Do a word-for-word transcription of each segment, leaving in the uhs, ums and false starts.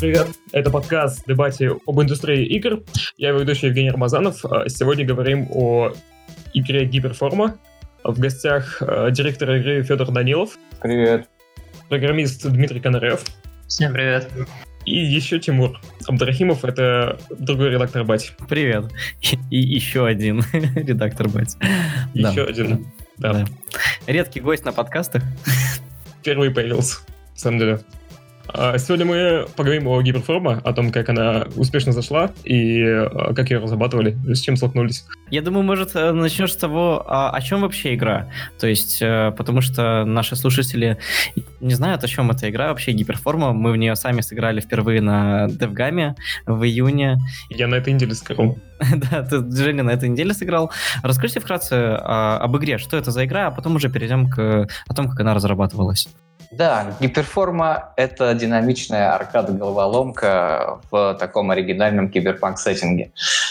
Привет, это подкаст «Дебати об индустрии игр». Я его ведущий Евгений Рамазанов. Сегодня говорим о игре Гиперформа. В гостях директор игры Федор Данилов. Привет. Программист Дмитрий Конарев. Всем привет. И еще Тимур Абдрахимов, это другой редактор Бати. Привет. И еще один редактор Бати. Еще да. один. Да. Да. Редкий гость на подкастах. Первый появился, на самом деле. Сегодня мы поговорим о Гиперформа, о том, как она успешно зашла и как ее разрабатывали, с чем столкнулись. Я думаю, может, начнешь с того, о чем вообще игра. То есть, потому что наши слушатели не знают, о чем эта игра вообще, Гиперформа. Мы в нее сами сыграли впервые на DevGam'е в июне. Я на этой неделе сыграл. Да, ты, Женя, на этой неделе сыграл. Расскажите вкратце об игре, что это за игра, а потом уже перейдем к о том, как она разрабатывалась. Да, Гиперформа — это динамичная аркада-головоломка в таком оригинальном киберпанк-сеттинге.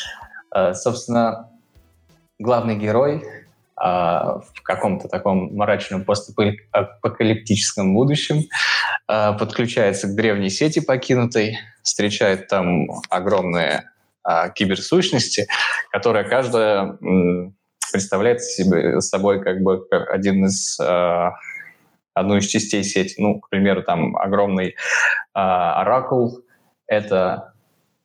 Собственно, главный герой в каком-то таком мрачном постапокалиптическом будущем подключается к древней сети покинутой, встречает там огромные киберсущности, которые каждая представляет себе собой как бы один из... одну из частей сети. Ну, к примеру, там огромный оракул uh, — это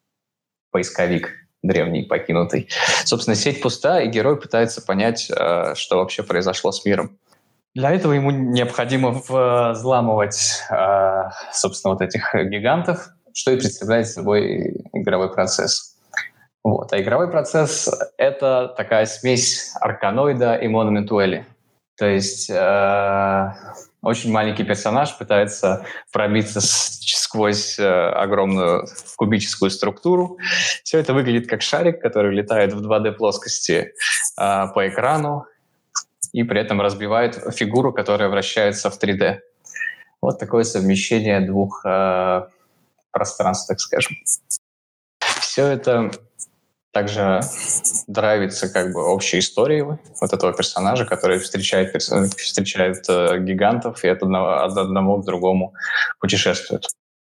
поисковик древний, покинутый. Собственно, сеть пуста, и герой пытается понять, uh, что вообще произошло с миром. Для этого ему необходимо взламывать, uh, собственно, вот этих гигантов, что и представляет собой игровой процесс. Вот. А игровой процесс — это такая смесь арканоида и Monument Valley. То есть э, очень маленький персонаж пытается пробиться с, сквозь э, огромную кубическую структуру. Все это выглядит как шарик, который летает в два дэ-плоскости э, по экрану и при этом разбивает фигуру, которая вращается в три дэ. Вот такое совмещение двух э, пространств, так скажем. Все это... также драйвится как бы общей историей вот этого персонажа, который встречает, встречает э, гигантов и от одного, от одного к другому путешествует.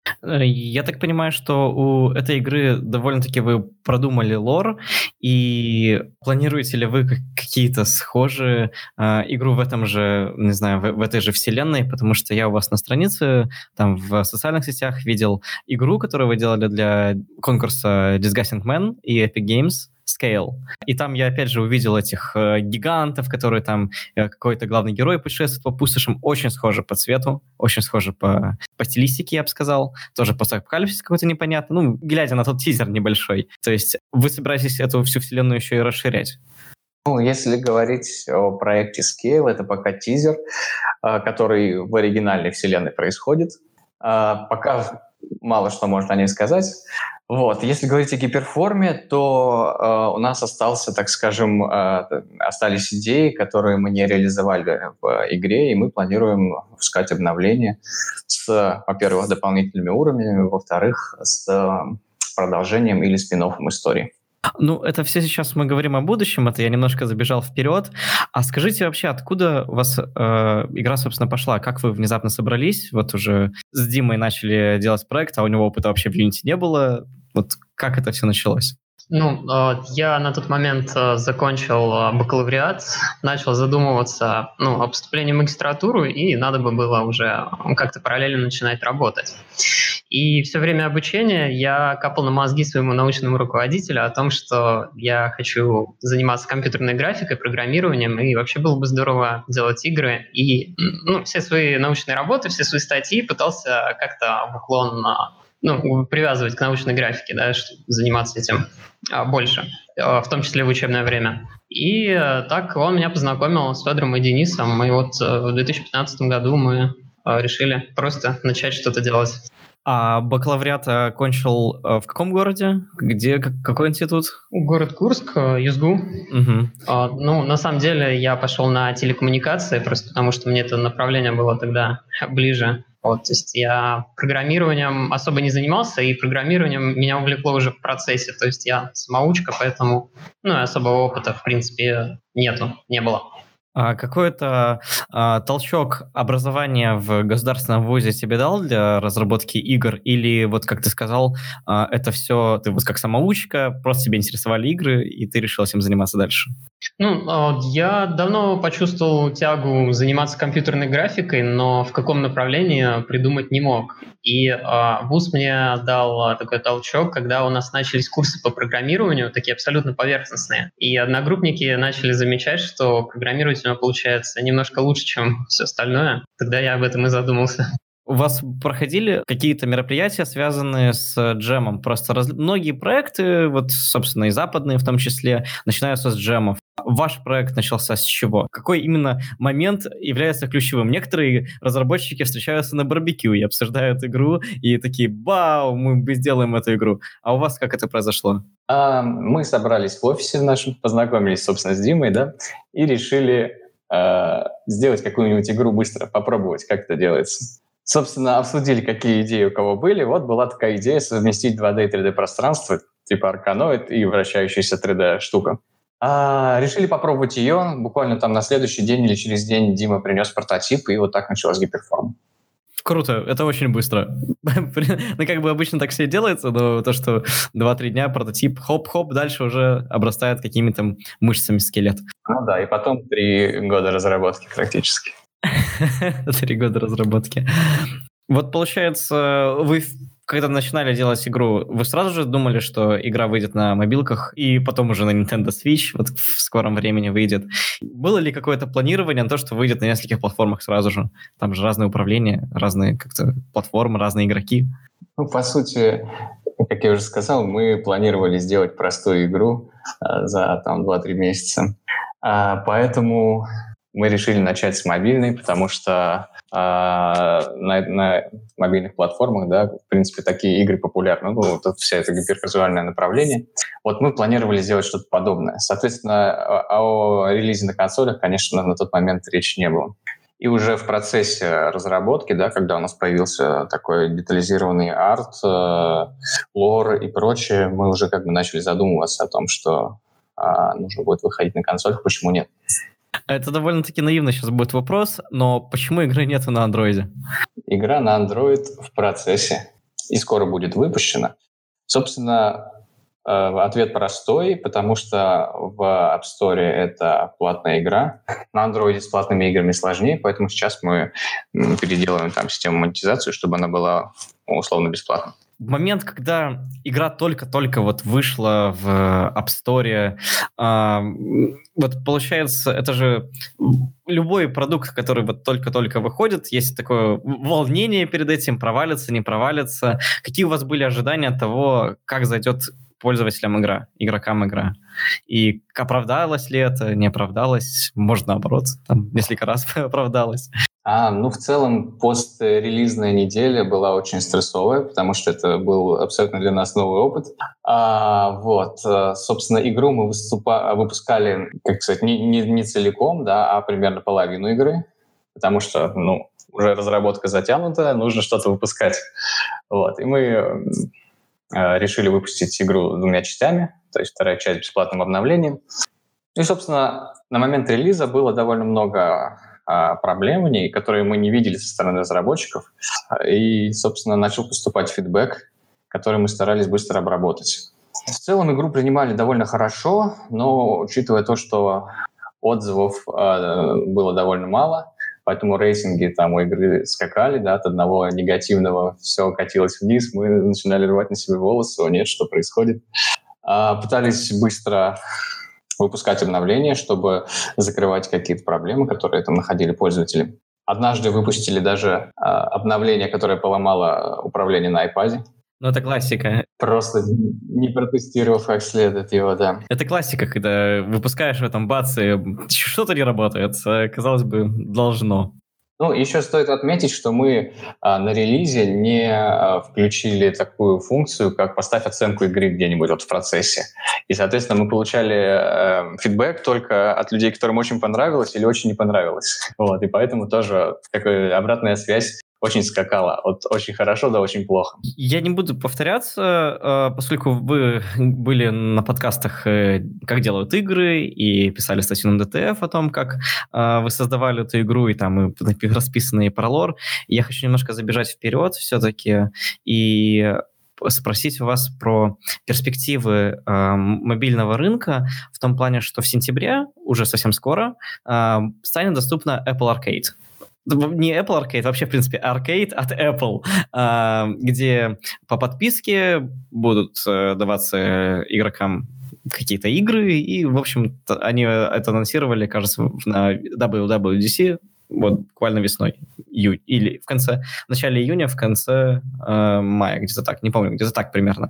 Я так понимаю, что у этой игры довольно-таки вы продумали лор, и планируете ли вы какие-то схожие э, игру в этом же, не знаю, в, в этой же вселенной, потому что я у вас на странице, там в социальных сетях видел игру, которую вы делали для конкурса Disgusting Man и Epic Games, Scale. И там я опять же увидел этих э, гигантов, которые там э, какой-то главный герой путешествует по пустошам. Очень схоже по цвету, очень схоже по, по стилистике, я бы сказал. Тоже постапокалипсис какой-то непонятный. Ну, глядя на тот тизер небольшой. То есть вы собираетесь эту всю вселенную еще и расширять? Ну, если говорить о проекте Scale, это пока тизер, э, который в оригинальной вселенной происходит. Э, пока мало что можно о ней сказать. Вот. Если говорить о Гиперформе, то э, у нас остался, так скажем, э, остались идеи, которые мы не реализовали в игре, и мы планируем выпускать обновления с, во-первых, дополнительными уровнями, во-вторых, с э, продолжением или спин-оффом истории. Ну, это все сейчас мы говорим о будущем, это я немножко забежал вперед. А скажите вообще, откуда у вас э, игра, собственно, пошла? Как вы внезапно собрались? Вот уже с Димой начали делать проект, а у него опыта вообще в Unity не было. Вот как это все началось? Ну, я на тот момент закончил бакалавриат, начал задумываться ну, о поступлении в магистратуру, и надо бы было уже как-то параллельно начинать работать. И все время обучения я капал на мозги своему научному руководителю о том, что я хочу заниматься компьютерной графикой, программированием, и вообще было бы здорово делать игры. И ну, все свои научные работы, все свои статьи пытался как-то в уклон ну, привязывать к научной графике, да, чтобы заниматься этим а, больше, а, в том числе в учебное время. И а, так он меня познакомил с Федором и Денисом, и вот а, в две тысячи пятнадцатом году мы а, решили просто начать что-то делать. А бакалавриат окончил в каком городе? Где? Какой институт? Город Курск, ЮСГУ. Угу. А, ну, на самом деле я пошел на телекоммуникации, просто потому что мне это направление было тогда ближе. Вот, то есть я программированием особо не занимался, и программированием меня увлекло уже в процессе. То есть я самоучка, поэтому ну, особого опыта, в принципе, нету, не было. А какой-то а, толчок образования в государственном вузе тебе дал для разработки игр? Или вот, как ты сказал, а, это все, ты вот как самоучка, просто тебя интересовали игры, и ты решил этим заниматься дальше? Ну, а, я давно почувствовал тягу заниматься компьютерной графикой, но в каком направлении придумать не мог. И а, вуз мне дал а, такой толчок, когда у нас начались курсы по программированию, такие абсолютно поверхностные. И одногруппники начали замечать, что программировать у меня получается немножко лучше, чем все остальное. Тогда я об этом и задумался. У вас проходили какие-то мероприятия, связанные с джемом? Просто раз... многие проекты, вот, собственно, и западные в том числе, начинаются с джемов. Ваш проект начался с чего? Какой именно момент является ключевым? Некоторые разработчики встречаются на барбекю и обсуждают игру, и такие: «Вау, мы сделаем эту игру». А у вас как это произошло? А, мы собрались в офисе нашем, познакомились, собственно, с Димой, да, и решили а, сделать какую-нибудь игру быстро, попробовать, как это делается. Собственно, обсудили, какие идеи у кого были. Вот была такая идея совместить два дэ и три дэ пространство, типа Arkanoid и вращающаяся три дэ-штука. А, решили попробовать ее. Буквально там на следующий день или через день Дима принес прототип, и вот так началась гиперформа. Круто, это очень быстро. Ну, как бы обычно так все делается, но то, что два-три дня прототип, хоп-хоп, дальше уже обрастает какими-то мышцами скелет. Ну да, и потом три года разработки практически. Три года разработки. Вот получается, вы когда начинали делать игру, вы сразу же думали, что игра выйдет на мобилках и потом уже на Nintendo Switch, вот в скором времени выйдет? Было ли какое-то планирование на то, что выйдет на нескольких платформах сразу же? Там же разные управления, разные как-то платформы, разные игроки. Ну, по сути, как я уже сказал, мы планировали сделать простую игру а, за там два-три месяца. А, поэтому мы решили начать с мобильной, потому что э, на, на мобильных платформах, да, в принципе, такие игры популярны. Ну, вот вся это гиперказуальное направление. Вот мы планировали сделать что-то подобное. Соответственно, о, о релизе на консолях, конечно, на тот момент речи не было. И уже в процессе разработки, да, когда у нас появился такой детализированный арт, э, лор и прочее, мы уже как бы начали задумываться о том, что э, нужно будет выходить на консолях, почему нет. Это довольно-таки наивно сейчас будет вопрос, но почему игры нету на андроиде? Игра на Android в процессе и скоро будет выпущена. Собственно, ответ простой, потому что в App Store это платная игра. На Android с платными играми сложнее, поэтому сейчас мы переделываем там систему монетизации, чтобы она была условно бесплатной. В момент, когда игра только-только вот вышла в App Store, э, вот получается, это же любой продукт, который вот только-только выходит, есть такое волнение перед этим, провалится, не провалится. Какие у вас были ожидания от того, как зайдет пользователям игра, игрокам игра? И оправдалось ли это, не оправдалось? Может, наоборот, там несколько раз оправдалось. А, ну, в целом, пострелизная неделя была очень стрессовая, потому что это был абсолютно для нас новый опыт. А, вот, собственно, игру мы выступа- выпускали, как сказать, не, не, не целиком, да, а примерно половину игры, потому что, ну, уже разработка затянута, нужно что-то выпускать. Вот, и мы э, решили выпустить игру двумя частями, то есть вторая часть бесплатным обновлением. И, собственно, на момент релиза было довольно много проблем в ней, которые мы не видели со стороны разработчиков. И, собственно, начал поступать фидбэк, который мы старались быстро обработать. В целом игру принимали довольно хорошо, но учитывая то, что отзывов э, было довольно мало, поэтому рейтинги там у игры скакали, да, от одного негативного все катилось вниз, мы начинали рвать на себе волосы, о нет, что происходит. А, пытались быстро выпускать обновления, чтобы закрывать какие-то проблемы, которые там находили пользователи. Однажды выпустили даже э, обновление, которое поломало управление на iPad. Ну, это классика. Просто не протестировав как следует его, да. Это классика, когда выпускаешь в этом бац, и что-то не работает. Казалось бы, должно. Ну, еще стоит отметить, что мы а, на релизе не а, включили такую функцию, как «поставь оценку игры где-нибудь вот в процессе». И, соответственно, мы получали а, фидбэк только от людей, которым очень понравилось или очень не понравилось. Вот, и поэтому тоже такая обратная связь очень скакала от очень хорошо до очень плохо. Я не буду повторяться, поскольку вы были на подкастах «Как делают игры» и писали статью на ди ти эф о том, как вы создавали эту игру, и там и расписанные про лор. Я хочу немножко забежать вперед все-таки и спросить у вас про перспективы э, мобильного рынка в том плане, что в сентябре, уже совсем скоро, э, станет доступна Apple Arcade. Не Apple Arcade, вообще, в принципе, Arcade от Apple, э, где по подписке будут э, даваться игрокам какие-то игры, и, в общем, они это анонсировали, кажется, на дабл ю дабл ю ди си, вот буквально весной, ию, или в конце, в начале июня, в конце э, мая, где-то так, не помню, где-то так примерно.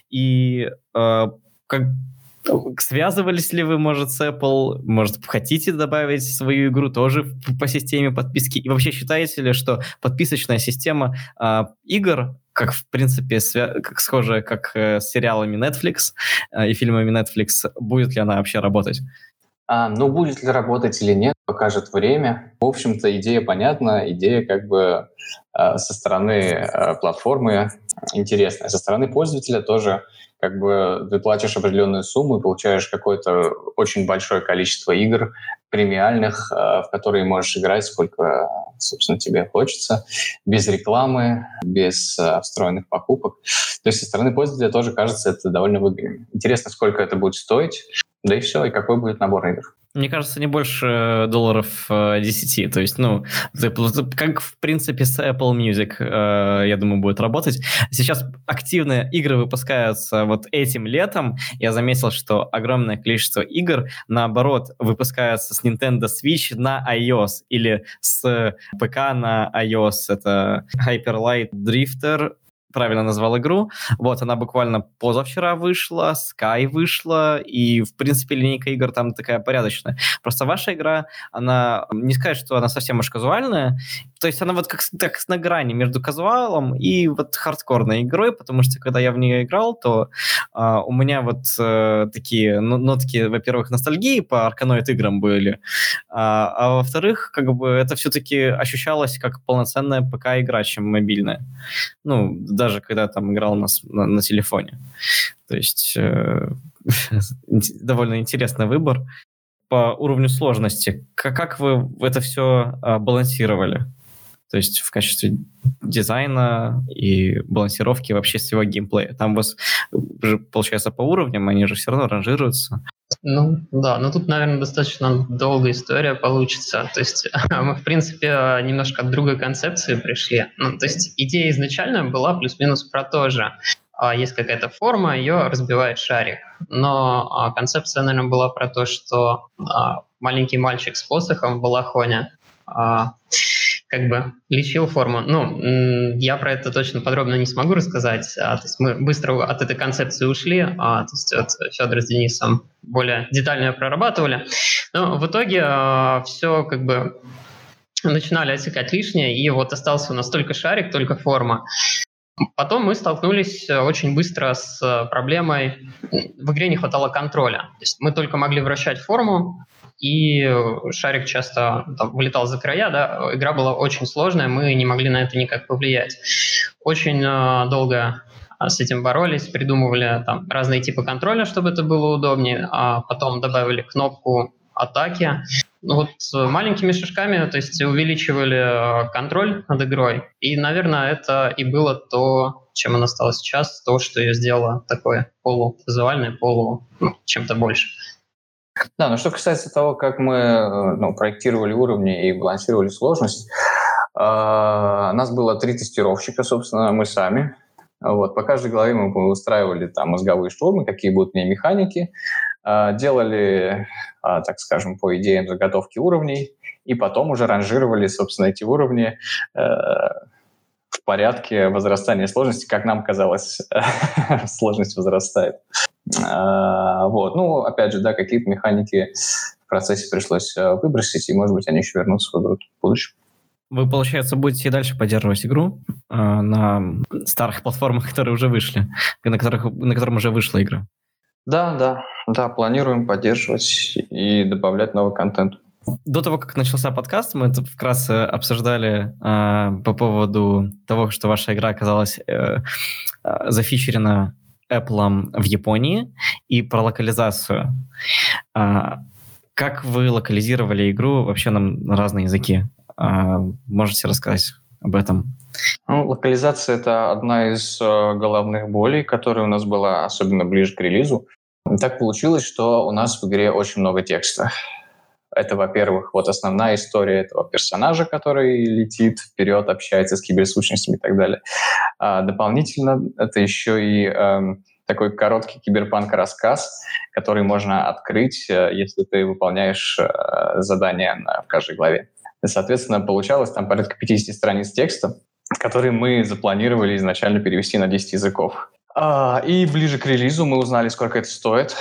И э, как связывались ли вы, может, с Apple, может, хотите добавить свою игру тоже по системе подписки? И вообще считаете ли, что подписочная система э, игр, как, в принципе, свя- как схожая, как э, с сериалами Netflix э, и фильмами Netflix, будет ли она вообще работать? А, ну, будет ли работать или нет, покажет время. В общем-то, идея понятна, идея как бы э, со стороны э, платформы интересная. Со стороны пользователя тоже как бы ты платишь определенную сумму и получаешь какое-то очень большое количество игр премиальных, э, в которые можешь играть сколько, собственно, тебе хочется, без рекламы, без э, встроенных покупок. То есть со стороны пользователя тоже кажется это довольно выгодно. Интересно, сколько это будет стоить. Да и все, и какой будет набор игр. Мне кажется, не больше долларов десяти. То есть, ну, как, в принципе, с Apple Music, я думаю, будет работать. Сейчас активные игры выпускаются вот этим летом. Я заметил, что огромное количество игр, наоборот, выпускаются с Nintendo Switch на iOS или с ПК на iOS. Это Hyper Light Drifter, правильно назвал игру. Вот, она буквально позавчера вышла, Sky вышла, и, в принципе, линейка игр там такая порядочная. Просто ваша игра, она, не сказать, что она совсем уж казуальная, то есть она вот как, как на грани между казуалом и вот хардкорной игрой, потому что, когда я в нее играл, то а, у меня вот а, такие ну, нотки, во-первых, ностальгии по Arkanoid играм были, а, а во-вторых, как бы это все-таки ощущалось как полноценная ПК-игра, чем мобильная. Ну, даже когда там играл на, на, на телефоне. То есть э, довольно интересный выбор. По уровню сложности, как, как вы это все э, балансировали? То есть в качестве дизайна и балансировки вообще всего геймплея. Там у вас же, получается, по уровням, они же все равно ранжируются. Ну, да, но тут, наверное, достаточно долгая история получится. То есть мы, в принципе, немножко от другой концепции пришли. Ну, то есть идея изначально была плюс-минус про то же. Есть какая-то форма, ее разбивает шарик. Но концепция, наверное, была про то, что маленький мальчик с посохом в балахоне как бы лечил форму. Ну, я про это точно подробно не смогу рассказать. А, то есть мы быстро от этой концепции ушли. А, то есть вот Федор с Денисом более детально прорабатывали. Но в итоге а, все как бы начинали отсекать лишнее, и вот остался у нас только шарик, только форма. Потом мы столкнулись очень быстро с проблемой, в игре не хватало контроля. То есть мы только могли вращать форму, и шарик часто там вылетал за края, да, игра была очень сложная, мы не могли на это никак повлиять. Очень э, долго с этим боролись, придумывали там разные типы контроля, чтобы это было удобнее, а потом добавили кнопку атаки. Ну, вот маленькими шажками, то есть увеличивали контроль над игрой, и, наверное, это и было то, чем она стала сейчас, то, что ее сделало такое полувизуальное, полу, ну, чем-то больше. Да, но что касается того, как мы ну, проектировали уровни и балансировали сложность, э, у нас было три тестировщика, собственно, мы сами. Вот, по каждой главе мы устраивали там мозговые штурмы, какие будут в ней механики, э, делали, э, так скажем, по идеям заготовки уровней, и потом уже ранжировали, собственно, эти уровни э, в порядке возрастания сложности, как нам казалось, сложность возрастает. Вот. Ну, опять же, да, какие-то механики в процессе пришлось выбросить, и, может быть, они еще вернутся в игру в будущем. Вы, получается, будете и дальше поддерживать игру э, на старых платформах, которые уже вышли, на которых, на котором уже вышла игра? Да, да, да, планируем поддерживать и добавлять новый контент. До того, как начался подкаст, мы это вкратце обсуждали э, по поводу того, что ваша игра оказалась э, э, зафичерена Apple в Японии, и про локализацию. Э, как вы локализировали игру вообще на, на разные языки? Э, можете рассказать об этом? Ну, локализация — это одна из э, головных болей, которая у нас была, особенно ближе к релизу. И так получилось, что у нас в игре очень много текста. Это, во-первых, вот основная история этого персонажа, который летит вперед, общается с киберсущностями и так далее. А дополнительно это еще и э, такой короткий киберпанк-рассказ, который можно открыть, э, если ты выполняешь э, задания на, в каждой главе. И, соответственно, получалось там порядка пятьдесят страниц текста, которые мы запланировали изначально перевести на десять языков. А, и ближе к релизу мы узнали, сколько это стоит,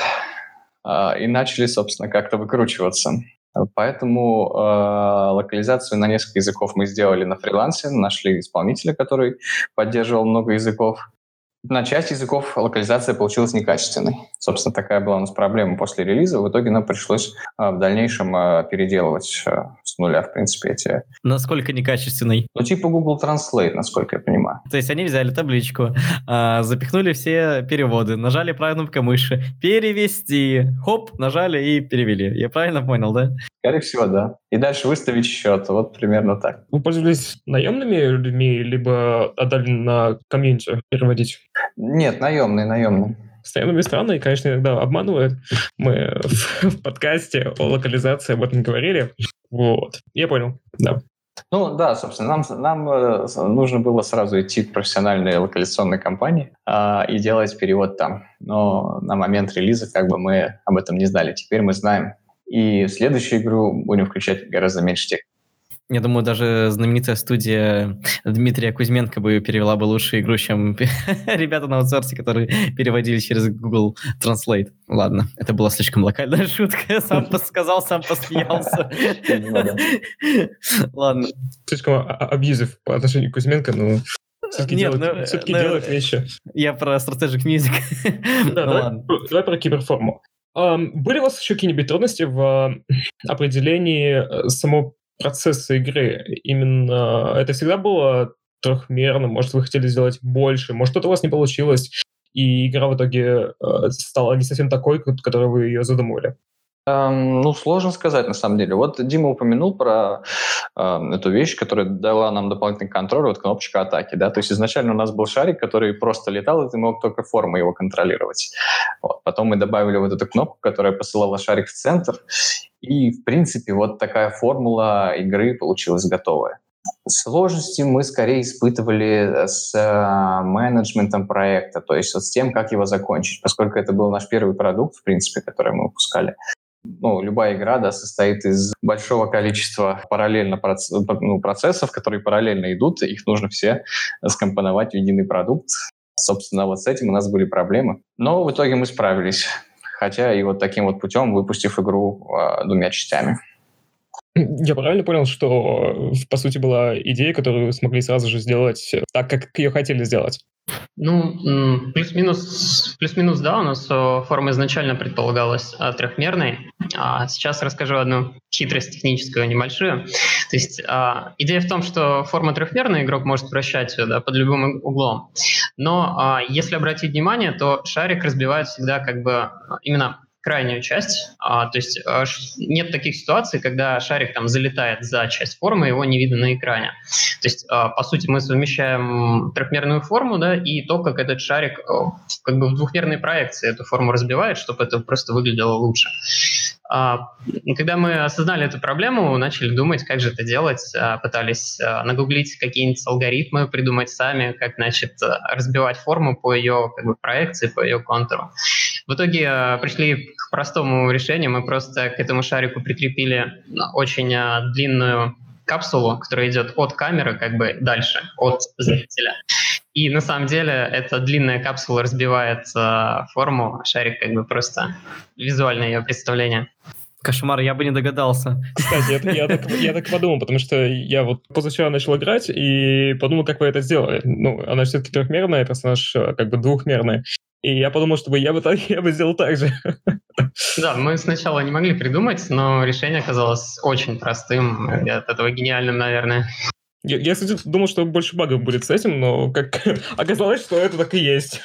а, и начали, собственно, как-то выкручиваться. Поэтому э, локализацию на несколько языков мы сделали на фрилансе, нашли исполнителя, который поддерживал много языков. На часть языков локализация получилась некачественной. Собственно, такая была у нас проблема после релиза. В итоге нам пришлось э, в дальнейшем э, переделывать э, с нуля, в принципе, эти... Насколько некачественный? Ну, типа Google Translate, насколько я понимаю. То есть они взяли табличку, э, запихнули все переводы, нажали правой кнопкой мыши, перевести, хоп, нажали и перевели. Я правильно понял, да? Скорее всего, да. И дальше выставить счет. Вот примерно так. Вы пользовались наемными людьми, либо отдали на комьюнити переводить? Нет, наемные, наемные. С наемными странно, и, конечно, иногда обманывают. Мы в, в подкасте о локализации об этом говорили. Вот. Я понял, да. Ну да, собственно, нам, нам э, нужно было сразу идти к профессиональной локализационной компании э, и делать перевод там. Но на момент релиза как бы мы об этом не знали. Теперь мы знаем. И в следующую игру будем включать гораздо меньше текста. Я думаю, даже знаменитая студия Дмитрия Кузьменко бы перевела бы лучшую игру, чем ребята на аутсорсе, которые переводили через Google Translate. Ладно, это была слишком локальная шутка. Я сам сказал, сам посмеялся. Ладно. Слишком абьюзив по отношению к Кузьменко, но... Все-таки, Нет, делать, ну, все-таки ну, делать вещи. Я про Strategic Music. Да, ну, давай, ладно. давай про киберформу. Um, были у вас еще какие-нибудь трудности в определении самого процесса игры? Именно это всегда было трехмерно? Может, вы хотели сделать больше? Может, что-то у вас не получилось, и игра в итоге uh, стала не совсем такой, которой вы ее задумывали? Um, ну, сложно сказать, на самом деле. Вот Дима упомянул про uh, эту вещь, которая дала нам дополнительный контроль, вот кнопочка атаки, да, то есть изначально у нас был шарик, который просто летал, и ты мог только формой его контролировать. Вот. Потом мы добавили вот эту кнопку, которая посылала шарик в центр, и, в принципе, вот такая формула игры получилась готовая. Сложности мы скорее испытывали с э, менеджментом проекта, то есть вот с тем, как его закончить, поскольку это был наш первый продукт, в принципе, который мы выпускали. Ну, любая игра, да, состоит из большого количества параллельно проц... ну, процессов, которые параллельно идут, их нужно все скомпоновать в единый продукт. Собственно, вот с этим у нас были проблемы. Но в итоге мы справились, хотя и вот таким вот путем, выпустив игру э, двумя частями. Я правильно понял, что, по сути, была идея, которую вы смогли сразу же сделать так, как ее хотели сделать? Ну, плюс-минус, плюс-минус, да, у нас форма изначально предполагалась трехмерной. А сейчас расскажу одну хитрость техническую небольшую. То есть а, идея в том, что форма трехмерная, игрок может вращать ее, да, под любым углом. Но а, если обратить внимание, то шарик разбивает всегда как бы именно крайнюю часть, а, то есть а, ш, нет таких ситуаций, когда шарик там залетает за часть формы, его не видно на экране. То есть, а, по сути, мы совмещаем трехмерную форму, да, и то, как этот шарик а, как бы в двухмерной проекции эту форму разбивает, чтобы это просто выглядело лучше. А, когда мы осознали эту проблему, начали думать, как же это делать, а, пытались а, нагуглить какие-нибудь алгоритмы, придумать сами, как, значит, разбивать форму по ее как бы проекции, по ее контуру. В итоге а, пришли к простому решению. Мы просто к этому шарику прикрепили очень а, длинную капсулу, которая идет от камеры как бы дальше, от зрителя. И на самом деле эта длинная капсула разбивает а, форму, а шарик как бы просто визуальное ее представление. Кошмар, я бы не догадался. Кстати, я, я, так, я так подумал, потому что я вот позавчера начал играть и подумал, как вы это сделали. Ну, она все-таки трехмерная, персонаж как бы двухмерный. И я подумал, чтобы я бы, так, я бы сделал так же. Да, мы сначала не могли придумать, но решение оказалось очень простым и от этого гениальным, наверное. Я, я, кстати, думал, что больше багов будет с этим, но как оказалось, что это так и есть.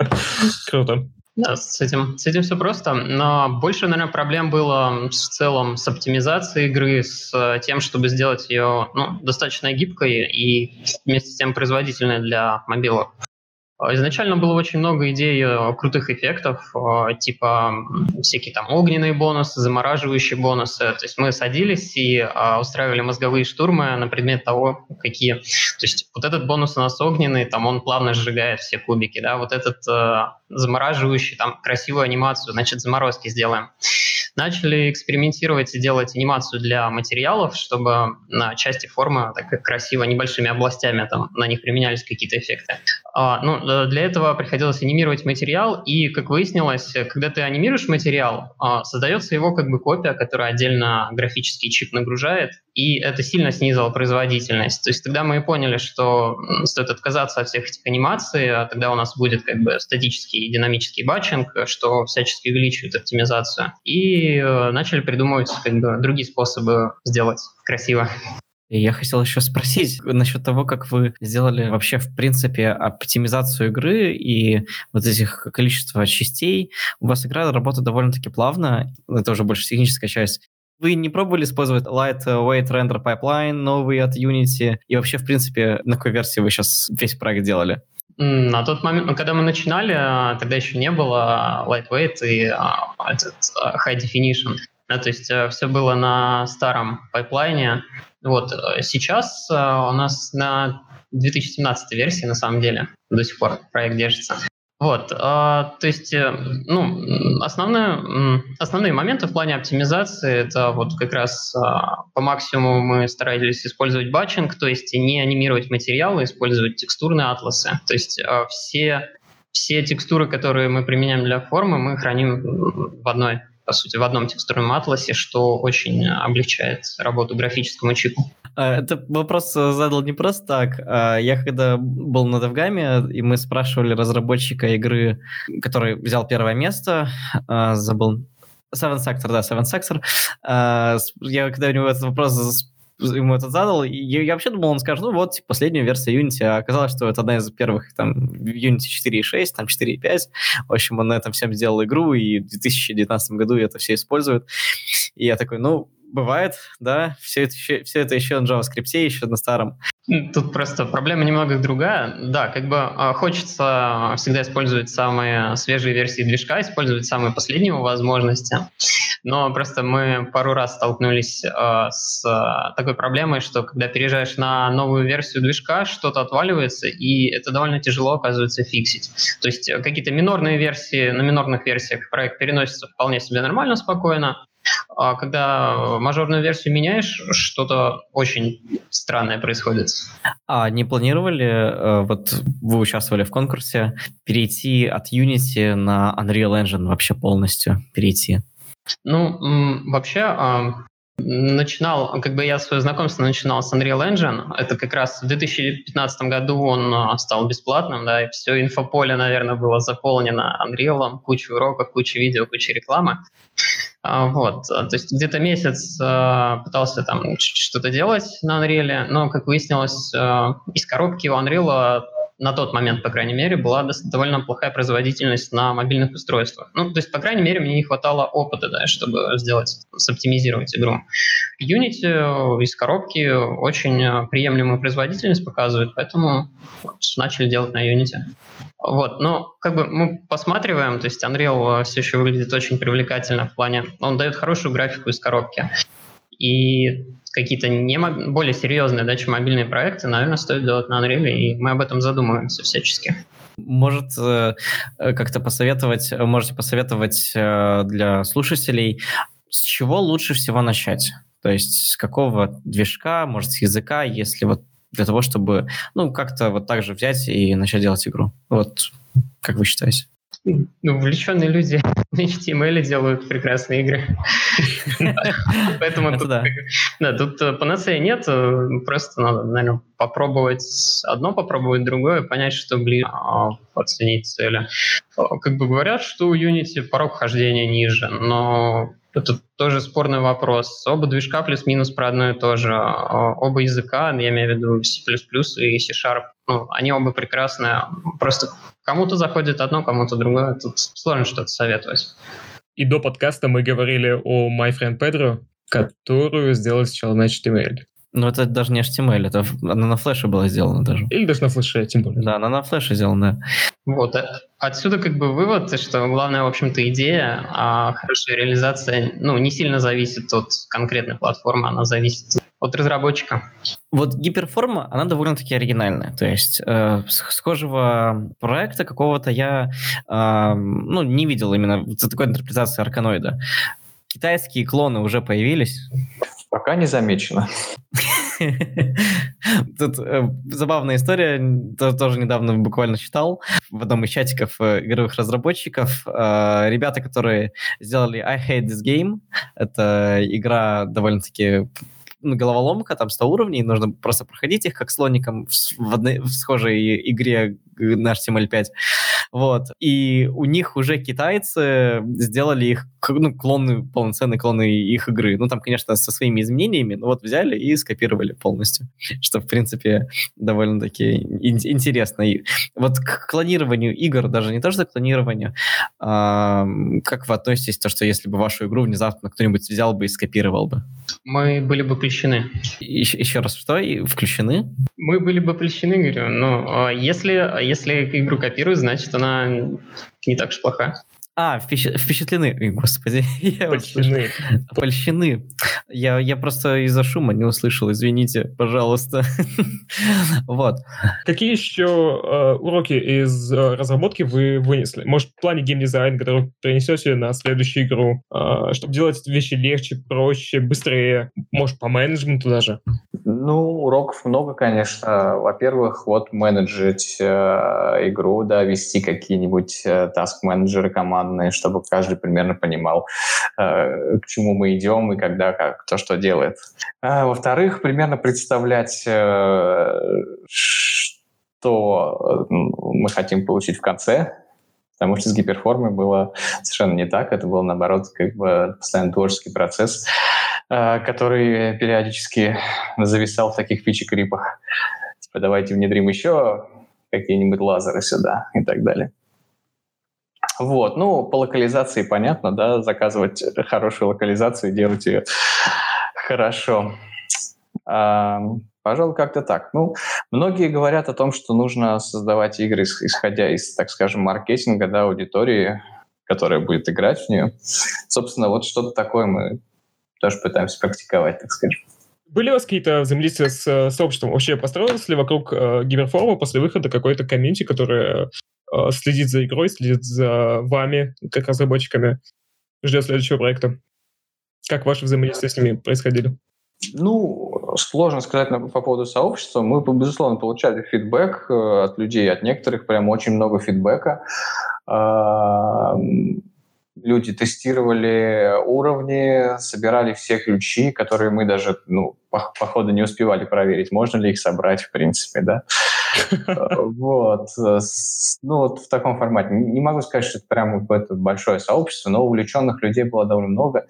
Круто. Да, с этим, с этим все просто, но больше, наверное, проблем было в целом с оптимизацией игры, с тем, чтобы сделать ее ну, достаточно гибкой и вместе с тем производительной для мобилок. Изначально было очень много идей крутых эффектов, типа всякие там огненные бонусы, замораживающие бонусы. То есть мы садились и устраивали мозговые штурмы на предмет того, какие... То есть вот этот бонус у нас огненный, там он плавно сжигает все кубики, да, вот этот замораживающий, там красивую анимацию, значит, заморозки сделаем. Начали экспериментировать и делать анимацию для материалов, чтобы на части формы так красиво, небольшими областями там на них применялись какие-то эффекты. А, ну, для этого приходилось анимировать материал, и, как выяснилось, когда ты анимируешь материал, а, создается его как бы копия, которая отдельно графический чип нагружает, и это сильно снизило производительность. То есть тогда мы и поняли, что стоит отказаться от всех этих анимаций, а тогда у нас будет как бы статический и динамический батчинг, что всячески увеличивает оптимизацию. И э, начали придумывать как бы другие способы сделать красиво. И я хотел еще спросить насчет того, как вы сделали вообще, в принципе, оптимизацию игры и вот этих количества частей. У вас игра работает довольно-таки плавно, это уже больше техническая часть. Вы не пробовали использовать Lightweight Render Pipeline новый от Unity? И вообще, в принципе, на какой версии вы сейчас весь проект делали? На тот момент, когда мы начинали, тогда еще не было Lightweight и а, этот, High Definition. Да, то есть все было на старом пайплайне. Вот, сейчас у нас на две тысячи семнадцатой версии, на самом деле, до сих пор проект держится. Вот, э, то есть, э, ну, основное, основные моменты в плане оптимизации — это вот как раз э, по максимуму мы старались использовать батчинг, то есть не анимировать материалы, использовать текстурные атласы. То есть э, все, все текстуры, которые мы применяем для формы, мы храним в одной, по сути, в одном текстурном атласе, что очень облегчает работу графическому чипу. Это вопрос задал не просто так. Я когда был на DevGAM, и мы спрашивали разработчика игры, который взял первое место, забыл... Seven Sector, да, Seven Sector. Я когда у него этот вопрос ему это задал, и я вообще думал, он скажет, ну вот, типа, последняя версия Unity, а оказалось, что это одна из первых, там, Unity четыре и шесть, там, четыре и пять. В общем, он на этом всем сделал игру, и в две тысячи девятнадцатом году это все используют. И я такой, ну, бывает, да, все это еще, все это еще на JavaScript, еще на старом. Тут просто проблема немного другая. Да, как бы хочется всегда использовать самые свежие версии движка, использовать самые последние его возможности. Но просто мы пару раз столкнулись э, с э, такой проблемой, что когда переезжаешь на новую версию движка, что-то отваливается, и это довольно тяжело, оказывается, фиксить. То есть какие-то минорные версии, на минорных версиях проект переносится вполне себе нормально, спокойно. А когда мажорную версию меняешь, что-то очень странное происходит. А не планировали, вот вы участвовали в конкурсе, перейти от Unity на Unreal Engine вообще полностью перейти? Ну, вообще, начинал, как бы я свое знакомство начинал с Unreal Engine. Это как раз в две тысячи пятнадцатом году он стал бесплатным, да, и все инфополе, наверное, было заполнено Unreal, куча уроков, куча видео, куча рекламы. Вот, то есть где-то месяц э, пытался там что-то делать на Unreal, но, как выяснилось, э, из коробки у Unreal на тот момент, по крайней мере, была довольно плохая производительность на мобильных устройствах. Ну, то есть, по крайней мере, мне не хватало опыта, да, чтобы сделать, соптимизировать игру. Unity из коробки очень приемлемую производительность показывает, поэтому вот, начали делать на Unity. Вот, но как бы мы посматриваем, то есть Unreal все еще выглядит очень привлекательно в плане, он дает хорошую графику из коробки. И какие-то не моб... более серьезные, да, чем мобильные проекты, наверное, стоит делать на Unreal, и мы об этом задумываемся всячески. Может, как-то посоветовать, можете посоветовать для слушателей, с чего лучше всего начать? То есть с какого движка, может, с языка, если вот для того, чтобы, ну, как-то вот так же взять и начать делать игру. Вот, как вы считаете? Ну, увлеченные люди на эйч ти эм эл делают прекрасные игры. Поэтому тут панацеи нет, просто надо, наверное, попробовать одно, попробовать другое, понять, что ближе, оценить цели. Как бы говорят, что у Unity порог вхождения ниже, но это тоже спорный вопрос. Оба движка плюс-минус про одно и то же. Оба языка, я имею в виду C++ и C-Sharp, ну, они оба прекрасные. Просто кому-то заходит одно, кому-то другое. Тут сложно что-то советовать. И до подкаста мы говорили о My Friend Pedro, которую сделали сначала на эйч ти эм эл. Ну, это даже не эйч ти эм эл, это она на флеше была сделана даже. Или даже на флеше, тем более. Да, она на флеше сделана. Вот. Отсюда как бы вывод, что главная, в общем-то, идея, а хорошая реализация, ну, не сильно зависит от конкретной платформы, она зависит от разработчика. Вот гиперформа, она довольно-таки оригинальная. То есть э, схожего проекта какого-то я э, ну, не видел именно за такой интерпретацией Арканоида. Китайские клоны уже появились. Пока не замечено. Тут э, забавная история, тоже, тоже недавно буквально читал в одном из чатиков э, игровых разработчиков. Э, ребята, которые сделали I Hate This Game, это игра довольно-таки ну, головоломка, там сто уровней, нужно просто проходить их как слоником в, в, одной, в схожей игре на эйч ти эм эл пять. Вот. И у них уже китайцы сделали их, ну, клоны, полноценные клоны их игры. Ну, там, конечно, со своими изменениями, но вот взяли и скопировали полностью. Что, в принципе, довольно-таки ин- интересно. И вот к клонированию игр, даже не то, что к клонированию, а, как вы относитесь к тому, что если бы вашу игру внезапно кто-нибудь взял бы и скопировал бы? Мы были бы включены. Еще, еще раз, что? И включены? Мы были бы включены, говорю. Но если, если игру копируют, значит, она не так уж плоха. А, впечатлены. Ой, господи. Польщены. Польщены. Я, я просто из-за шума не услышал. Извините, пожалуйста. Вот. Какие еще э, уроки из э, разработки вы вынесли? Может, в плане геймдизайна, который принесете на следующую игру, э, чтобы делать вещи легче, проще, быстрее? Может, по менеджменту даже? Ну, уроков много, конечно. Во-первых, вот менеджить э, игру, да, вести какие-нибудь э, таск-менеджеры команд, чтобы каждый примерно понимал, э, к чему мы идем и когда, как, кто что делает. А, во-вторых, примерно представлять, э, что мы хотим получить в конце, потому что с гиперформой было совершенно не так. Это был, наоборот, как бы постоянно творческий процесс, э, который периодически зависал в таких фичи-крипах. Типа, давайте внедрим еще какие-нибудь лазеры сюда и так далее. Вот, ну, по локализации понятно, да, заказывать хорошую локализацию, делать ее хорошо. А, пожалуй, как-то так. Ну, многие говорят о том, что нужно создавать игры, исходя из, так скажем, маркетинга, да, аудитории, которая будет играть в нее. Собственно, вот что-то такое мы тоже пытаемся практиковать, так скажем. Были у вас какие-то взаимодействия с э, сообществом? Вообще построилось ли вокруг э, гиперформы после выхода какой-то комьюнити, которое э, следит за игрой, следит за вами, как разработчиками, ждет следующего проекта? Как ваши взаимодействия с ними происходили? Ну, сложно сказать по поводу сообщества. Мы, безусловно, получали фидбэк э, от людей, от некоторых прям очень много фидбэка. Э, Люди тестировали уровни, собирали все ключи, которые мы даже, ну, по, по ходу не успевали проверить, можно ли их собрать, в принципе, да. Вот. Ну, вот в таком формате. Не могу сказать, что это прям какое-то большое сообщество, но увлеченных людей было довольно много,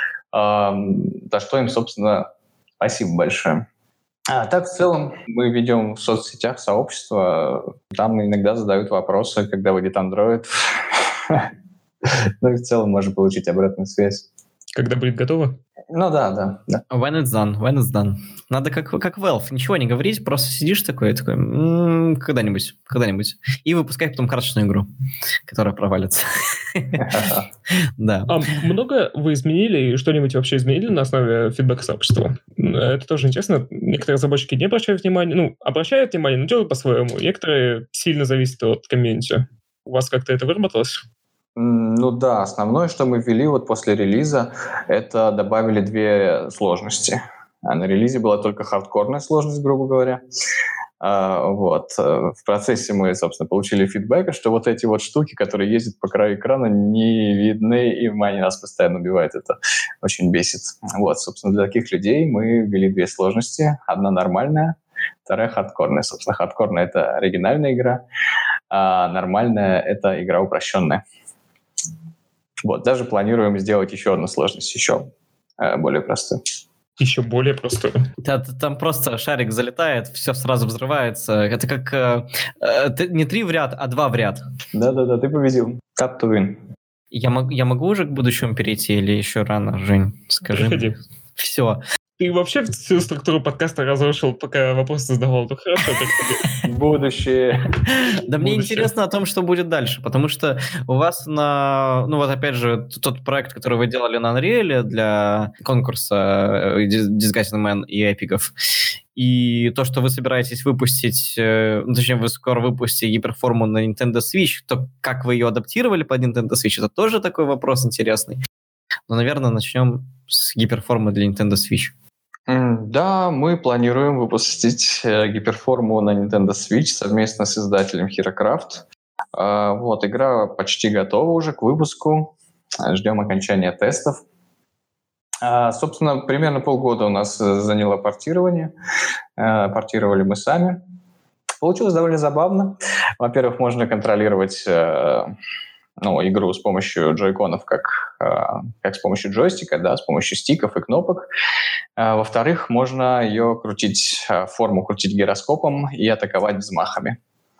за что им, собственно, спасибо большое. А так, в целом, мы ведем в соцсетях сообщество, там иногда задают вопросы, когда выйдет Android. Ну и в целом можно получить обратную связь. Когда будет готово? Ну да, да. да. When it's done, when it's done. Надо как, как Valve, ничего не говорить, просто сидишь такой, такой, м-м, когда-нибудь, когда-нибудь. И выпускай потом карточную игру, которая провалится. Да. А много вы изменили и что-нибудь вообще изменили на основе фидбэка сообщества? Это тоже интересно. Некоторые разработчики не обращают внимания, ну, обращают внимание, но делают по-своему. Некоторые сильно зависят от комьюнити. У вас как-то это выработалось? Ну да, основное, что мы ввели вот после релиза, это добавили две сложности. А на релизе была только хардкорная сложность, грубо говоря. А, вот. В процессе мы, собственно, получили фидбэк, что вот эти вот штуки, которые ездят по краю экрана, не видны, и они нас постоянно убивают. Это очень бесит. Вот, собственно, для таких людей мы ввели две сложности. Одна нормальная, вторая хардкорная. Собственно, хардкорная — это оригинальная игра, а нормальная — это игра упрощенная. Вот, даже планируем сделать еще одну сложность, еще э, более простую. Еще более простую. Да, там просто шарик залетает, все сразу взрывается. Это как э, э, не три в ряд, а два в ряд. Да-да-да, ты победил. Tap to win. Я, мог, я могу уже к будущему перейти или еще рано, Жень? Скажи. Переходи. Все. Ты вообще всю структуру подкаста разрушил, пока вопрос задавал. Ну хорошо, так Будущее. Да мне интересно о том, что будет дальше, потому что у вас на... Ну вот опять же, тот проект, который вы делали на Unreal для конкурса Disguised Man и эпиков, и то, что вы собираетесь выпустить, ну, точнее, вы скоро выпустите гиперформу на Nintendo Switch, то как вы ее адаптировали под Nintendo Switch, это тоже такой вопрос интересный. Но, наверное, начнем с гиперформы для Nintendo Switch. Да, мы планируем выпустить э, гиперформу на Nintendo Switch совместно с издателем HeroCraft. Э, вот, игра почти готова уже к выпуску. Ждем окончания тестов. Э, собственно, примерно полгода у нас заняло портирование. Э, портировали мы сами. Получилось довольно забавно. Во-первых, можно контролировать... Э, ну, игру с помощью джойконов, как, э, как с помощью джойстика, да, с помощью стиков и кнопок. Э, во-вторых, можно ее крутить, э, форму крутить гироскопом и атаковать взмахами.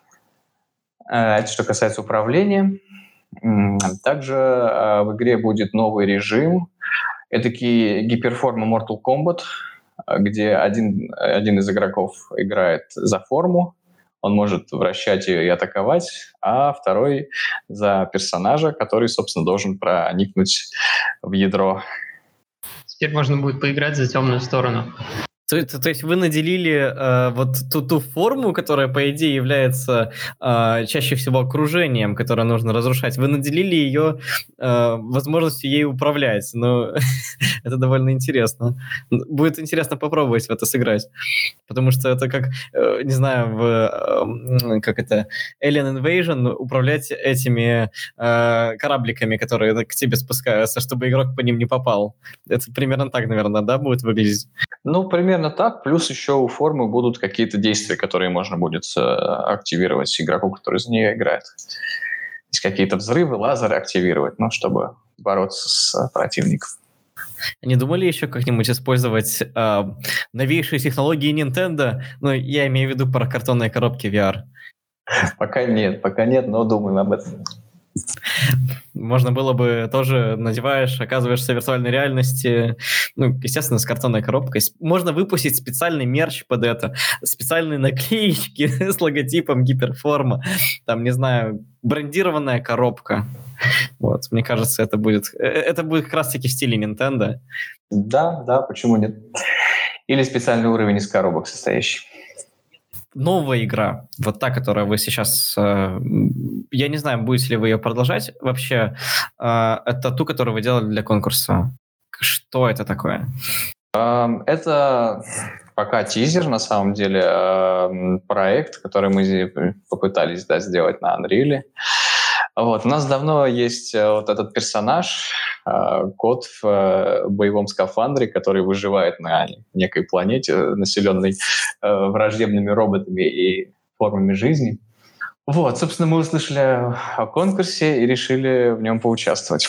Э, это что касается управления. Также э, в игре будет новый режим, этакий гиперформа Mortal Kombat, где один, один из игроков играет за форму, он может вращать ее и атаковать, а второй за персонажа, который, собственно, должен проникнуть в ядро. Теперь можно будет поиграть за темную сторону. То, то, то есть вы наделили э, вот ту, ту форму, которая, по идее, является э, чаще всего окружением, которое нужно разрушать, вы наделили ее э, возможностью ей управлять. Ну, это довольно интересно. Будет интересно попробовать в это сыграть. Потому что это как, э, не знаю, в, э, как это, Alien Invasion управлять этими э, корабликами, которые к тебе спускаются, чтобы игрок по ним не попал. Это примерно так, наверное, да, будет выглядеть? Ну, примерно так, плюс еще у формы будут какие-то действия, которые можно будет э, активировать игроку, который за нее играет. То есть какие-то взрывы, лазеры активировать, ну, чтобы бороться с противником. Не думали еще как-нибудь использовать э, новейшие технологии Nintendo? Ну, я имею в виду про картонные коробки ви ар. Пока нет, пока нет, но думаем об этом. Можно было бы тоже, надеваешь, оказываешься в виртуальной реальности, ну, естественно, с картонной коробкой. Можно выпустить специальный мерч под это, специальные наклеечки с логотипом гиперформа, там, не знаю, брендированная коробка. Вот, мне кажется, это будет, это будет как раз-таки в стиле Nintendo. Да, да, почему нет? Или специальный уровень из коробок состоящий. Новая игра, вот та, которая вы сейчас... Э, я не знаю, будете ли вы ее продолжать вообще. Э, это ту, которую вы делали для конкурса. Что это такое? Это пока тизер, на самом деле, проект, который мы попытались, да, сделать на Unreal. Вот. У нас давно есть вот этот персонаж, кот в боевом скафандре, который выживает на некой планете, населенной враждебными роботами и формами жизни. Вот, собственно, мы услышали о конкурсе и решили в нем поучаствовать.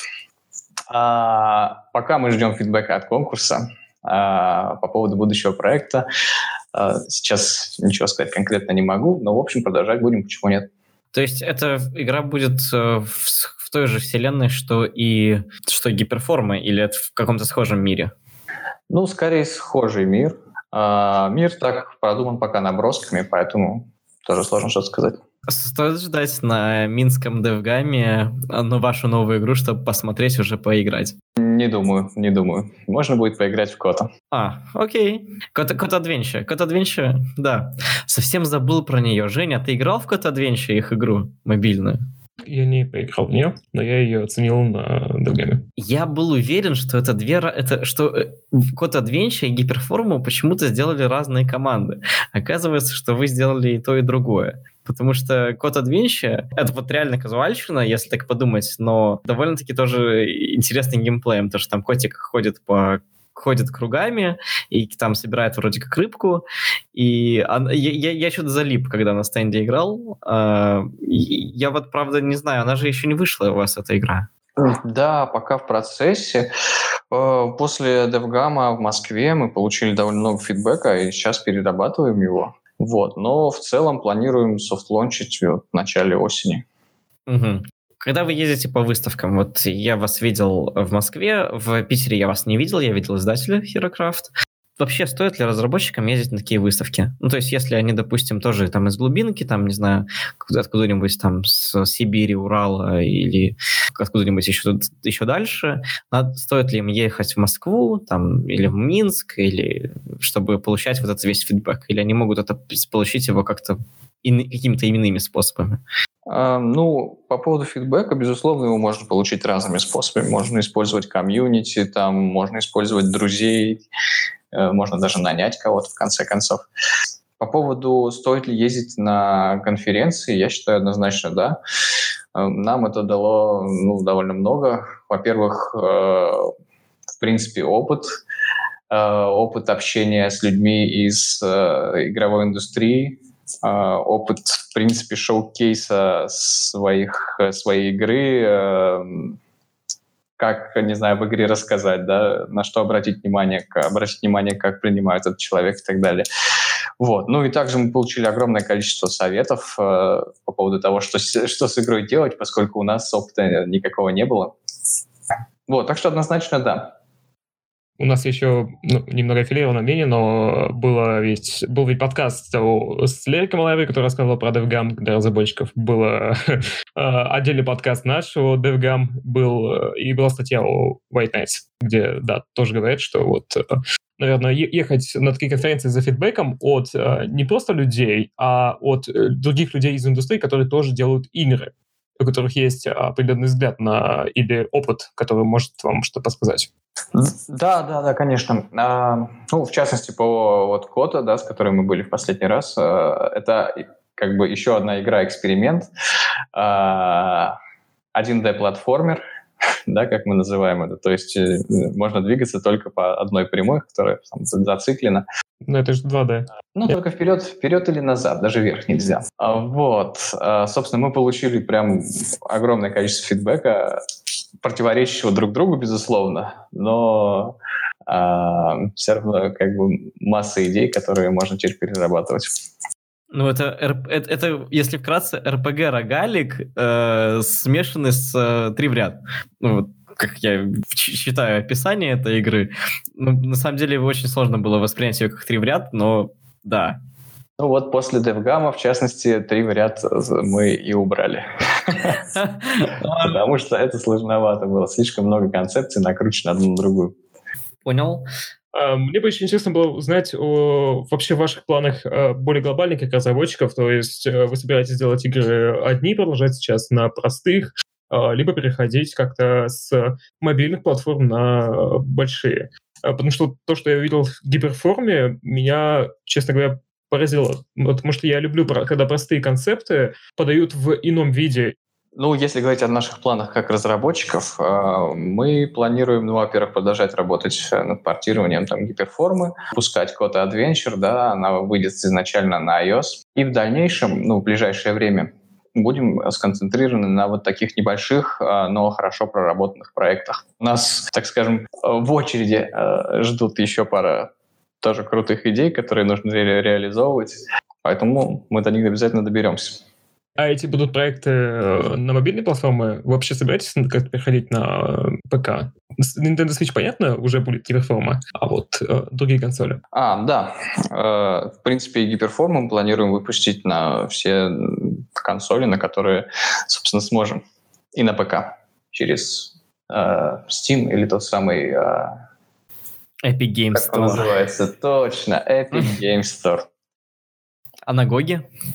А пока мы ждем фидбэка от конкурса а, по поводу будущего проекта. А, сейчас ничего сказать конкретно не могу, но, в общем, продолжать будем, почему нет. То есть эта игра будет в, в той же вселенной, что и что гиперформа, или это в каком-то схожем мире? Ну, скорее, схожий мир. А, мир так продуман пока набросками, поэтому тоже сложно что-то сказать. Стоит ждать на Минском DevGAM, ну, вашу новую игру, чтобы посмотреть, уже поиграть? Не думаю, не думаю. Можно будет поиграть в Кота. А, окей. Кот Adventure. Кот Adventure, да. Совсем забыл про нее. Женя, ты играл в Кот Adventure, их игру мобильную? Я не поиграл в нее, но я ее оценил на DevGam. Я был уверен, что это две... Это, что Code Adventure и Гиперформу почему-то сделали разные команды. Оказывается, что вы сделали и то, и другое. Потому что Code Adventure — это вот реально казуальщина, если так подумать, но довольно-таки тоже интересный геймплеем, потому что там котик ходит по ходит кругами и там собирает вроде как рыбку. И она, я, я, я что-то залип, когда на стенде играл. А, я вот, правда, не знаю, она же еще не вышла у вас, эта игра. Да, пока в процессе. После DevGam в Москве мы получили довольно много фидбэка, и сейчас перерабатываем его. Вот. Но в целом планируем софт-лончить в начале осени. Угу. Когда вы ездите по выставкам, вот я вас видел в Москве, в Питере я вас не видел, я видел издателя HeroCraft. Вообще, стоит ли разработчикам ездить на такие выставки? Ну, то есть, если они, допустим, тоже там из глубинки, там, не знаю, откуда-нибудь там с Сибири, Урала или откуда-нибудь еще, еще дальше, надо, стоит ли им ехать в Москву там, или в Минск, или чтобы получать вот этот весь фидбэк? Или они могут это получить его как-то ин, какими-то иными способами? Ну, по поводу фидбэка, безусловно, его можно получить разными способами. Можно использовать комьюнити, там, можно использовать друзей, можно даже нанять кого-то, в конце концов. По поводу, стоит ли ездить на конференции, я считаю, однозначно да. Нам это дало ну, довольно много. Во-первых, в принципе, опыт. Опыт общения с людьми из игровой индустрии. Uh, опыт, в принципе, шоу-кейса своих, своей игры, uh, как, не знаю, в игре рассказать, да, на что обратить внимание, как, обратить внимание, как принимают этот человек и так далее. Вот. Ну и также мы получили огромное количество советов uh, по поводу того, что, что с игрой делать, поскольку у нас опыта никакого не было. Вот, так что однозначно да. У нас еще ну, немного аффилированное мнение, но было ведь, был ведь подкаст с Лериком Лайвой, который рассказывал про DevGam для разработчиков. Был э, отдельный подкаст наш о DevGam, был, и была статья о White Nights, где, да, тоже говорят, что вот, наверное, ехать на такие конференции за фидбэком от не просто людей, а от других людей из индустрии, которые тоже делают игры, у которых есть определенный взгляд на или опыт, который может вам что-то сказать. Да, да, да, конечно. А, ну, в частности, по вот Кота, да, с которой мы были в последний раз, а, это как бы еще одна игра-эксперимент. А, один дэ-платформер, да, как мы называем это. То есть можно двигаться только по одной прямой, которая там зациклена. Ну, это же два дэ. Ну, только вперед, вперед или назад, даже вверх нельзя. А, вот. А, собственно, мы получили прям огромное количество фидбэка, противоречащего друг другу, безусловно, но а, все равно как бы масса идей, которые можно теперь перерабатывать. Ну, это, это, это если вкратце, эр пи джи-рогалик, э, смешанный с э, три в ряд. Ну, вот, как я считаю описание этой игры. Ну, на самом деле, очень сложно было воспринять ее как три в ряд, но да. Ну вот после DevGam, в частности, три в ряд мы и убрали. Потому что это сложновато было. Слишком много концепций накручено одну на другую. Понял. Мне бы очень интересно было узнать о вообще ваших планах более глобальных как разработчиков. То есть вы собираетесь делать игры одни, продолжать сейчас на простых, либо переходить как-то с мобильных платформ на большие. Потому что то, что я видел в Гиперформе, меня, честно говоря, поразило. Потому что я люблю, когда простые концепты подают в ином виде. Ну, если говорить о наших планах как разработчиков, мы планируем, ну, во-первых, продолжать работать над портированием там Гиперформы, пускать Code Adventure, да, она выйдет изначально на iOS. И в дальнейшем, ну, в ближайшее время будем сконцентрированы на вот таких небольших, но хорошо проработанных проектах. У нас, так скажем, в очереди ждут еще пара тоже крутых идей, которые нужно ре- реализовывать, поэтому мы до них обязательно доберемся. А эти будут проекты на мобильной платформе? Вы вообще собираетесь как-то переходить на ПК? Nintendo Switch, понятно, уже будет Гиперформа, а вот э, другие консоли? А, да. Э, в принципе, Гиперформу мы планируем выпустить на все консоли, на которые, собственно, сможем. И на ПК. Через э, Steam или тот самый... Э, Epic Games Store. Как он называется? Точно, Epic Games Store. А на Гоге?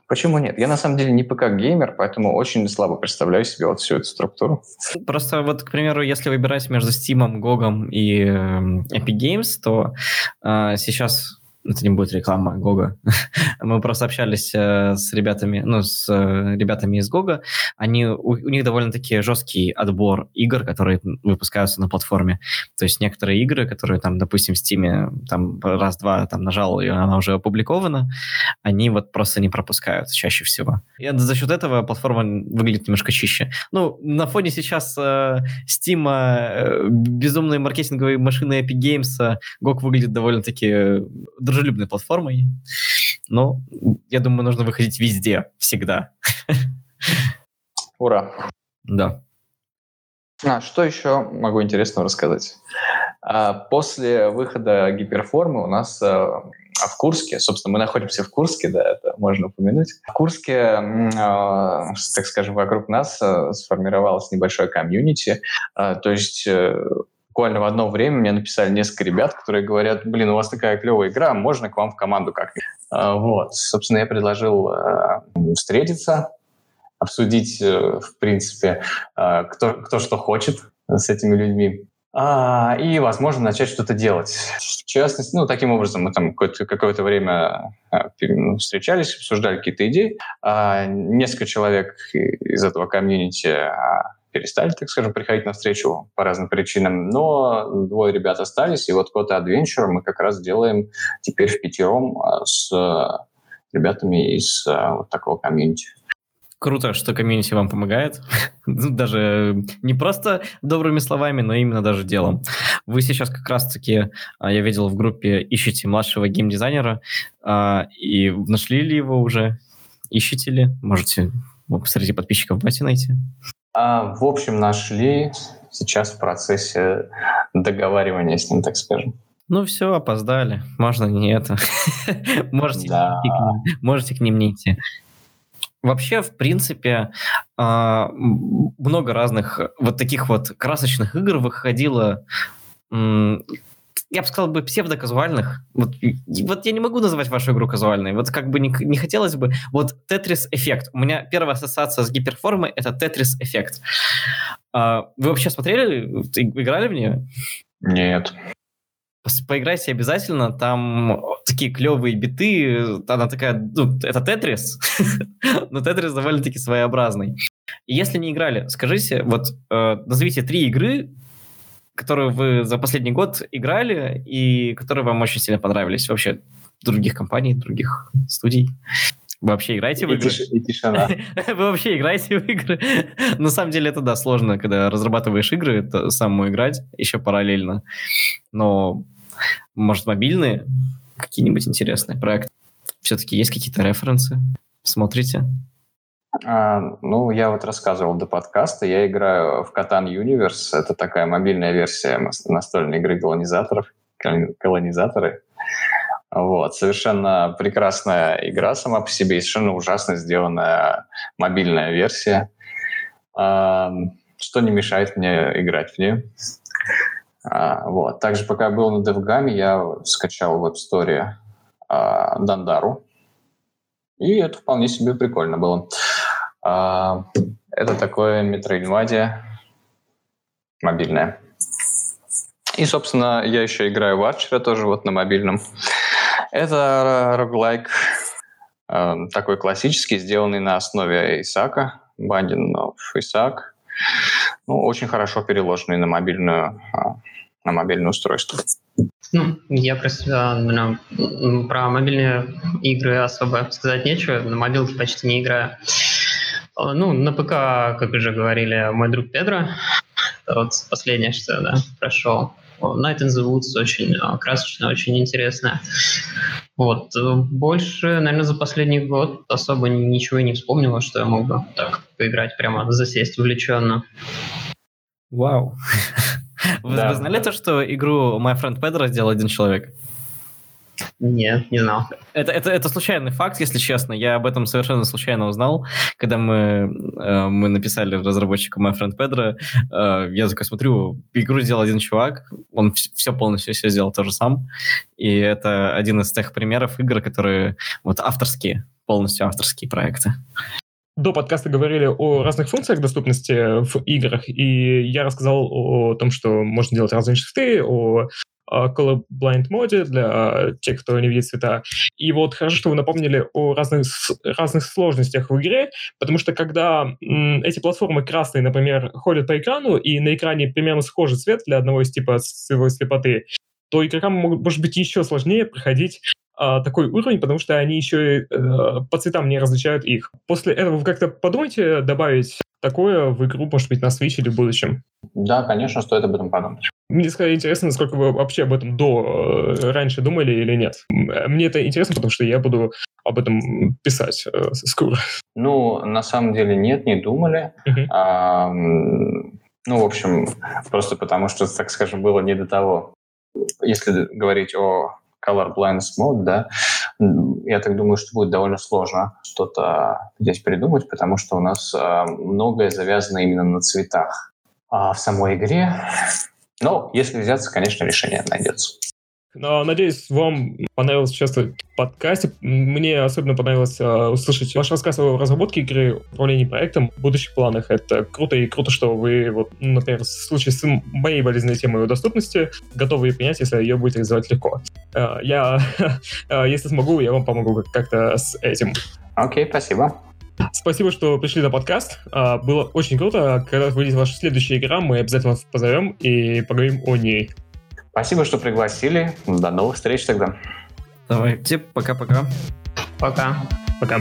Почему нет? Я на самом деле не ПК-геймер, поэтому очень слабо представляю себе вот всю эту структуру. Просто вот, к примеру, если выбирать между Steam, гогом и э, Epic Games, то э, сейчас... Это не будет реклама Гога. Мы просто общались э, с ребятами, ну, с э, ребятами из Гога. Они, у, у них довольно-таки жесткий отбор игр, которые выпускаются на платформе. То есть некоторые игры, которые там, допустим, в Steam там раз-два там нажал, и она уже опубликована, они вот просто не пропускают чаще всего. И за счет этого платформа выглядит немножко чище. Ну, на фоне сейчас э, Steam, э, безумной маркетинговой машины Epic Games, Гог выглядит довольно-таки дружелюбной платформой, но я думаю, нужно выходить везде, всегда. Ура! Да. А, что еще могу интересного рассказать? А, после выхода Гиперформы у нас а, в Курске, собственно, мы находимся в Курске, да, это можно упомянуть. В Курске, а, так скажем, вокруг нас а, сформировалось небольшое комьюнити, а, то есть... Буквально в одно время мне написали несколько ребят, которые говорят, блин, у вас такая клевая игра, можно к вам в команду как-нибудь? А, вот. Собственно, я предложил а, встретиться, обсудить, а, в принципе, а, кто, кто что хочет с этими людьми. А, и, возможно, начать что-то делать. В частности, ну, таким образом мы там какое-то, какое-то время а, встречались, обсуждали какие-то идеи. А, несколько человек из этого комьюнити а, перестали, так скажем, приходить на встречу по разным причинам, но двое ребят остались, и вот Кота Adventure мы как раз делаем теперь впятером с ребятами из вот такого комьюнити. Круто, что комьюнити вам помогает. Даже не просто добрыми словами, но именно даже делом. Вы сейчас как раз-таки, я видел в группе, ищете младшего геймдизайнера, и нашли ли его уже? Ищете ли? Можете среди подписчиков бати найти? А, в общем, нашли, сейчас в процессе договаривания с ним, так скажем. Ну все, опоздали. Можно не это. Можете, да. к ним, можете к ним не идти. Вообще, в принципе, много разных вот таких вот красочных игр выходило. Я бы сказал бы псевдоказуальных. Вот, вот я не могу называть вашу игру казуальной. Вот как бы не, не хотелось бы... Вот Tetris Effect. У меня первая ассоциация с Гиперформой — это Tetris Effect. А, вы вообще смотрели, играли в нее? Нет. Поиграйте обязательно. Там такие клевые биты. Она такая... Ну, это Tetris. Но Tetris довольно-таки своеобразный. И если не играли, скажите, вот э, назовите три игры, которые вы за последний год играли и которые вам очень сильно понравились. Вообще, других компаний, других студий. Вы вообще играете в игры? И тишина. Вы вообще играете в игры? На самом деле, это, да, сложно, когда разрабатываешь игры, это самому играть еще параллельно. Но, может, мобильные какие-нибудь интересные проекты? Все-таки есть какие-то референсы? Смотрите? А, ну, я вот рассказывал до подкаста, я играю в Catan Universe, это такая мобильная версия настольной игры колонизаторов, колонизаторы. Вот, совершенно прекрасная игра сама по себе, и совершенно ужасно сделанная мобильная версия, а, что не мешает мне играть в нее. А, вот. Также, пока я был на DevGam, я скачал в App Store а, Дандару, и это вполне себе прикольно было. А, это такое Metroidvania мобильное. И, собственно, я еще играю в Archer тоже вот на мобильном. Это роглайк э, такой классический, сделанный на основе Исаака, Binding of Isaac. Ну, очень хорошо переложенный на мобильную, э, на мобильное устройство. Ну, я просто ну, про мобильные игры особо сказать нечего. На мобилке почти не играю. Ну, на ПК, как уже говорили, мой друг Педро. Это вот последнее, что да, прошел. Night in the Woods очень красочно, очень интересно. Вот. Больше, наверное, за последний год особо ничего не вспомнила, что я мог бы так поиграть, прямо засесть увлеченно. Вау. Вы, да. Вы знали то, что игру My Friend Pedro сделал один человек? Нет, не знал. Это, это, это случайный факт, если честно. Я об этом совершенно случайно узнал, когда мы, э, мы написали разработчику My Friend Pedro. Э, я такой смотрю, игру сделал один чувак, он в, все полностью все сделал тоже сам. И это один из тех примеров игр, которые вот авторские, полностью авторские проекты. До подкаста говорили о разных функциях доступности в играх, и я рассказал о том, что можно делать разные шрифты, о colorblind моде для тех, кто не видит цвета. И вот хорошо, что вы напомнили о разных, разных сложностях в игре, потому что когда м, эти платформы красные, например, ходят по экрану, и на экране примерно схожий цвет для одного из типа цветовой слепоты, то игрокам может быть еще сложнее проходить а, такой уровень, потому что они еще и а, по цветам не различают их. После этого вы как-то подумайте добавить такое в игру, может быть, на Switch или в будущем? Да, конечно, стоит об этом подумать. Мне скорее интересно, насколько вы вообще об этом до раньше думали или нет. Мне это интересно, потому что я буду об этом писать э, скоро. Ну, на самом деле нет, не думали. Uh-huh. А, ну, в общем, просто потому что, так скажем, было не до того. Если говорить о color blindness mode, да, я так думаю, что будет довольно сложно что-то здесь придумать, потому что у нас а, многое завязано именно на цветах. А в самой игре, ну, если взяться, конечно, решение найдется. Но, надеюсь, вам понравилось участвовать в подкасте. Мне особенно понравилось uh, услышать ваш рассказ о разработке игры, управлении проектом, будущих планах. Это круто, и круто, что вы, вот, например, в случае с моей болезненной темой о доступности, готовы ее принять, если ее будет реализовать легко. Uh, я, uh, если смогу, я вам помогу как-то с этим. Окей, okay, спасибо. Спасибо, что пришли на подкаст. Uh, было очень круто. Когда выйдет ваша следующая игра, мы обязательно вас позовем и поговорим о ней. Спасибо, что пригласили. До новых встреч тогда. Давайте, пока-пока. Пока. Пока.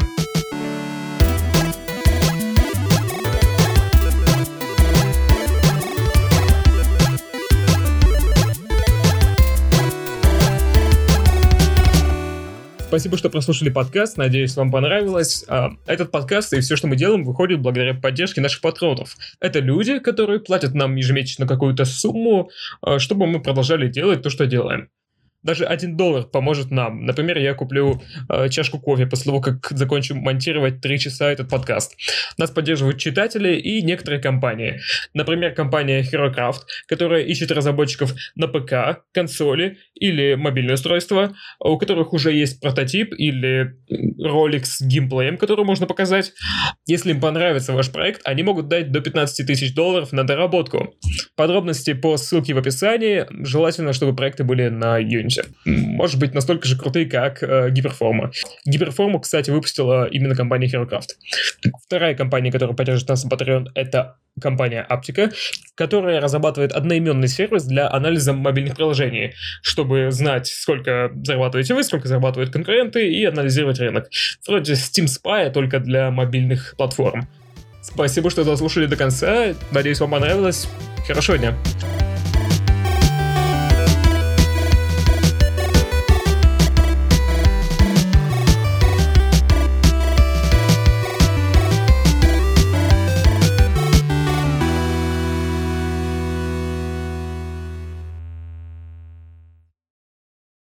Спасибо, что прослушали подкаст. Надеюсь, вам понравилось. Этот подкаст и все, что мы делаем, выходит благодаря поддержке наших патронов. Это люди, которые платят нам ежемесячно какую-то сумму, чтобы мы продолжали делать то, что делаем. Даже один доллар поможет нам. Например, я куплю э, чашку кофе после того, как закончу монтировать три часа этот подкаст. Нас поддерживают читатели и некоторые компании. Например, компания HeroCraft, которая ищет разработчиков на ПК, консоли или мобильное устройство, у которых уже есть прототип или ролик с геймплеем, который можно показать. Если им понравится ваш проект, они могут дать до пятнадцать тысяч долларов на доработку. Подробности по ссылке в описании. Желательно, чтобы проекты были на Unity. Может быть, настолько же крутые, как э, Гиперформа. Гиперформу, кстати, выпустила именно компания HeroCraft. Вторая компания, которая поддерживает нас на Patreon, это компания Aptica, которая разрабатывает одноименный сервис для анализа мобильных приложений, чтобы знать, сколько зарабатываете вы, сколько зарабатывают конкуренты, и анализировать рынок. Вроде Steam Spy, только для мобильных платформ. Спасибо, что дослушали до конца. Надеюсь, вам понравилось. Хорошего дня.